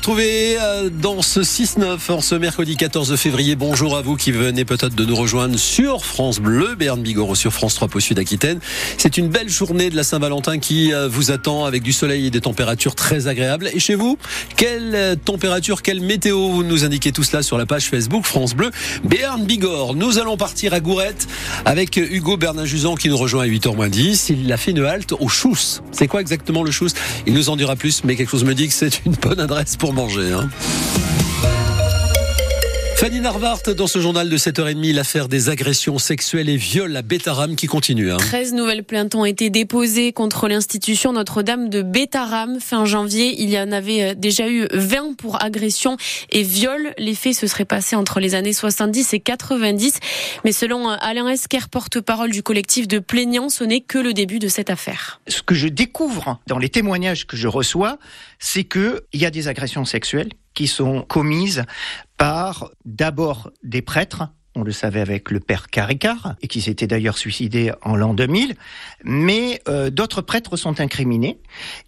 retrouver dans ce 6-9 en ce mercredi 14 février. Bonjour à vous qui venez peut-être de nous rejoindre sur France Bleu, Béarn Bigorre sur France 3 au Sud-Aquitaine. C'est une belle journée de la Saint-Valentin qui vous attend avec du soleil et des températures très agréables. Et chez vous, quelle température, quelle météo? Vous nous indiquez tout cela sur la page Facebook France Bleu, Béarn Bigorre. Nous allons partir à Gourette avec Hugo Bernin-Jusan qui nous rejoint à 8h-10. Il a fait une halte au Chousse. C'est quoi exactement le Chousse? Il nous en dira plus, mais quelque chose me dit que c'est une bonne adresse pour manger. Fanny Narvart, dans ce journal de 7h30, l'affaire des agressions sexuelles et viols à Bétharram qui continue. 13 nouvelles plaintes ont été déposées contre l'institution Notre-Dame de Bétharram. Fin janvier, il y en avait déjà eu 20 pour agression et viol. Les faits se seraient passés entre les années 70 et 90. Mais selon Alain Esquer, porte-parole du collectif de plaignants, ce n'est que le début de cette affaire. Ce que je découvre dans les témoignages que je reçois, c'est qu'il y a des agressions sexuelles qui sont commises par d'abord des prêtres, on le savait avec le père Caricard, et qui s'était d'ailleurs suicidé en l'an 2000, mais d'autres prêtres sont incriminés.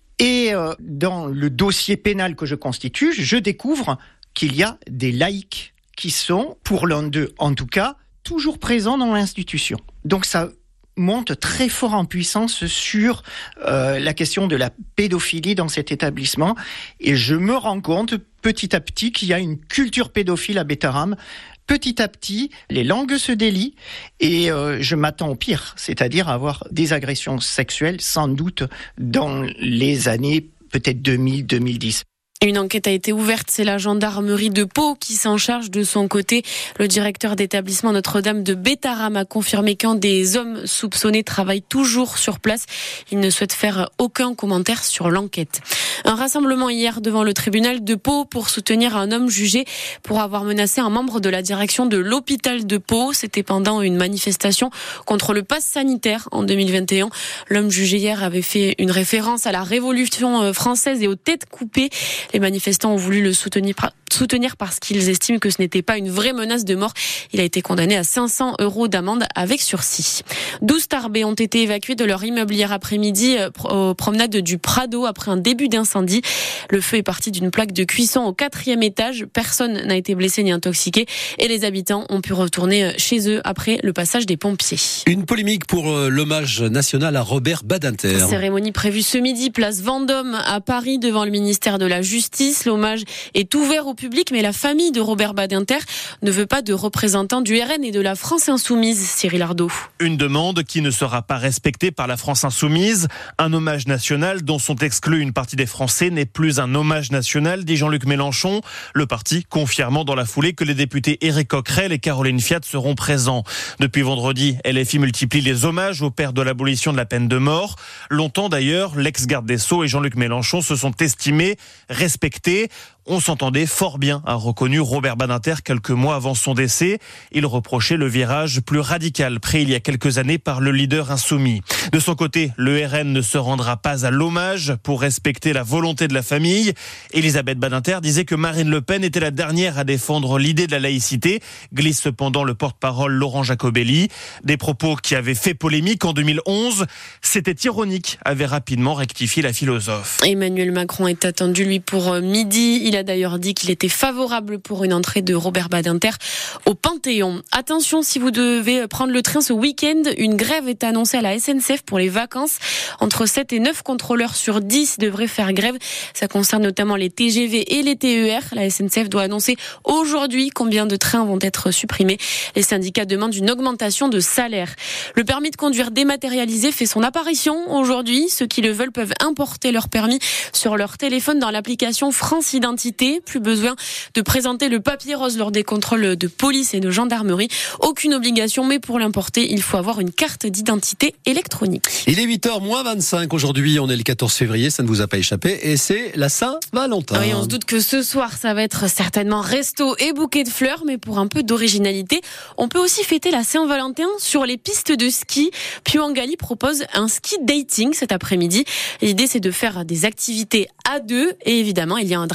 Et dans le dossier pénal que je constitue, je découvre qu'il y a des laïcs qui sont, pour l'un d'eux en tout cas, toujours présents dans l'institution. Donc ça monte très fort en puissance sur la question de la pédophilie dans cet établissement. Et je me rends compte petit à petit qu'il y a une culture pédophile à Bétharram. Petit à petit, les langues se délient et je m'attends au pire, c'est-à-dire avoir des agressions sexuelles sans doute dans les années peut-être 2000-2010. Une enquête a été ouverte, c'est la gendarmerie de Pau qui s'en charge de son côté. Le directeur d'établissement Notre-Dame de Bétharram a confirmé qu'un des hommes soupçonnés travaille toujours sur place. Il ne souhaite faire aucun commentaire sur l'enquête. Un rassemblement hier devant le tribunal de Pau pour soutenir un homme jugé pour avoir menacé un membre de la direction de l'hôpital de Pau. C'était pendant une manifestation contre le pass sanitaire en 2021. L'homme jugé hier avait fait une référence à la Révolution française et aux têtes coupées. Les manifestants ont voulu le soutenir parce qu'ils estiment que ce n'était pas une vraie menace de mort. Il a été condamné à 500 € d'amende avec sursis. 12 Tarbais ont été évacués de leur immeuble hier après-midi aux promenades du Prado après un début d'incendie. Le feu est parti d'une plaque de cuisson au 4e étage. Personne n'a été blessé ni intoxiqué et les habitants ont pu retourner chez eux après le passage des pompiers. Une polémique pour l'hommage national à Robert Badinter. Cérémonie prévue ce midi, place Vendôme à Paris devant le ministère de la Justice. L'hommage est ouvert au public, mais la famille de Robert Badinter ne veut pas de représentants du RN et de la France Insoumise. Cyril Ardo. Une demande qui ne sera pas respectée par la France Insoumise. Un hommage national dont sont exclus une partie des Français n'est plus un hommage national, dit Jean-Luc Mélenchon. Le parti confirmant dans la foulée que les députés Éric Coquerel et Caroline Fiat seront présents. Depuis vendredi, LFI multiplie les hommages aux pères de l'abolition de la peine de mort. Longtemps d'ailleurs, l'ex-garde des Sceaux et Jean-Luc Mélenchon se sont estimés respectés. On s'entendait fort bien, a reconnu Robert Badinter quelques mois avant son décès. Il reprochait le virage plus radical pris il y a quelques années par le leader insoumis. De son côté, le RN ne se rendra pas à l'hommage pour respecter la volonté de la famille. Elisabeth Badinter disait que Marine Le Pen était la dernière à défendre l'idée de la laïcité, glisse cependant le porte-parole Laurent Jacobelli. Des propos qui avaient fait polémique en 2011. C'était ironique, avait rapidement rectifié la philosophe. Emmanuel Macron est attendu, lui, pour midi. Il a d'ailleurs dit qu'il était favorable pour une entrée de Robert Badinter au Panthéon. Attention, si vous devez prendre le train ce week-end, une grève est annoncée à la SNCF pour les vacances. Entre 7 et 9 contrôleurs sur 10 devraient faire grève. Ça concerne notamment les TGV et les TER. La SNCF doit annoncer aujourd'hui combien de trains vont être supprimés. Les syndicats demandent une augmentation de salaire. Le permis de conduire dématérialisé fait son apparition aujourd'hui. Ceux qui le veulent peuvent importer leur permis sur leur téléphone dans l'application France Identité. Plus besoin de présenter le papier rose lors des contrôles de police et de gendarmerie. Aucune obligation, mais pour l'importer, il faut avoir une carte d'identité électronique. Il est 8h-25 aujourd'hui, on est le 14 février, ça ne vous a pas échappé, et c'est la Saint-Valentin. Oui, on se doute que ce soir, ça va être certainement resto et bouquet de fleurs, mais pour un peu d'originalité, on peut aussi fêter la Saint-Valentin sur les pistes de ski. Puangali propose un ski dating cet après-midi. L'idée, c'est de faire des activités à deux, et évidemment, il y a un dress code à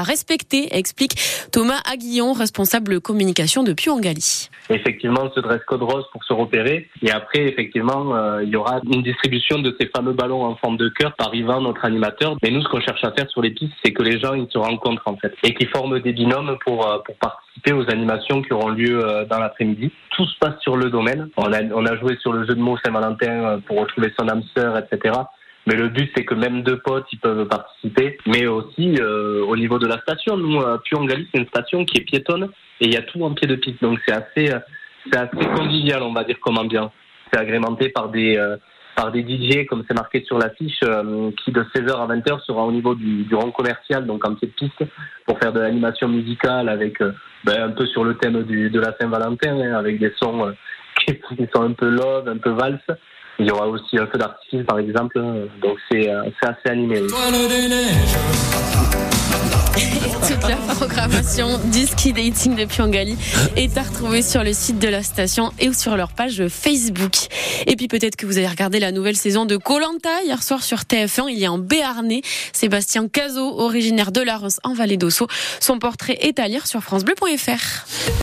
à respecter, explique Thomas Aguillon, responsable communication de Puy-en-Gally. Effectivement, ce dress code rose pour se repérer. Et après, effectivement, il y aura une distribution de ces fameux ballons en forme de cœur par Yvan, notre animateur. Mais nous, ce qu'on cherche à faire sur les pistes, c'est que les gens ils se rencontrent en fait et qu'ils forment des binômes pour participer aux animations qui auront lieu dans l'après-midi. Tout se passe sur le domaine. On a joué sur le jeu de mots Saint-Valentin pour retrouver son âme sœur, etc. Mais le but, c'est que même deux potes, ils peuvent participer. Mais aussi, au niveau de la station, nous, Puy-en-Gally, c'est une station qui est piétonne et il y a tout en pied de piste. Donc, c'est assez convivial, on va dire, comme ambiance. C'est agrémenté par des DJ, comme c'est marqué sur l'affiche, qui de 16h à 20h sera au niveau du rond commercial, donc en pied de piste, pour faire de l'animation musicale avec, un peu sur le thème de la Saint-Valentin, avec des sons qui sont un peu love, un peu valse. Il y aura aussi un feu d'artifice, par exemple, donc c'est assez animé. Oui. Toute la programmation du ski dating de Puy-en-Gally est à retrouver sur le site de la station et sur leur page Facebook. Et puis peut-être que vous avez regardé la nouvelle saison de Koh-Lanta hier soir sur TF1. Il y a un Béarnais, Sébastien Cazot, originaire de Larens en Vallée d'Ossau. Son portrait est à lire sur francebleu.fr.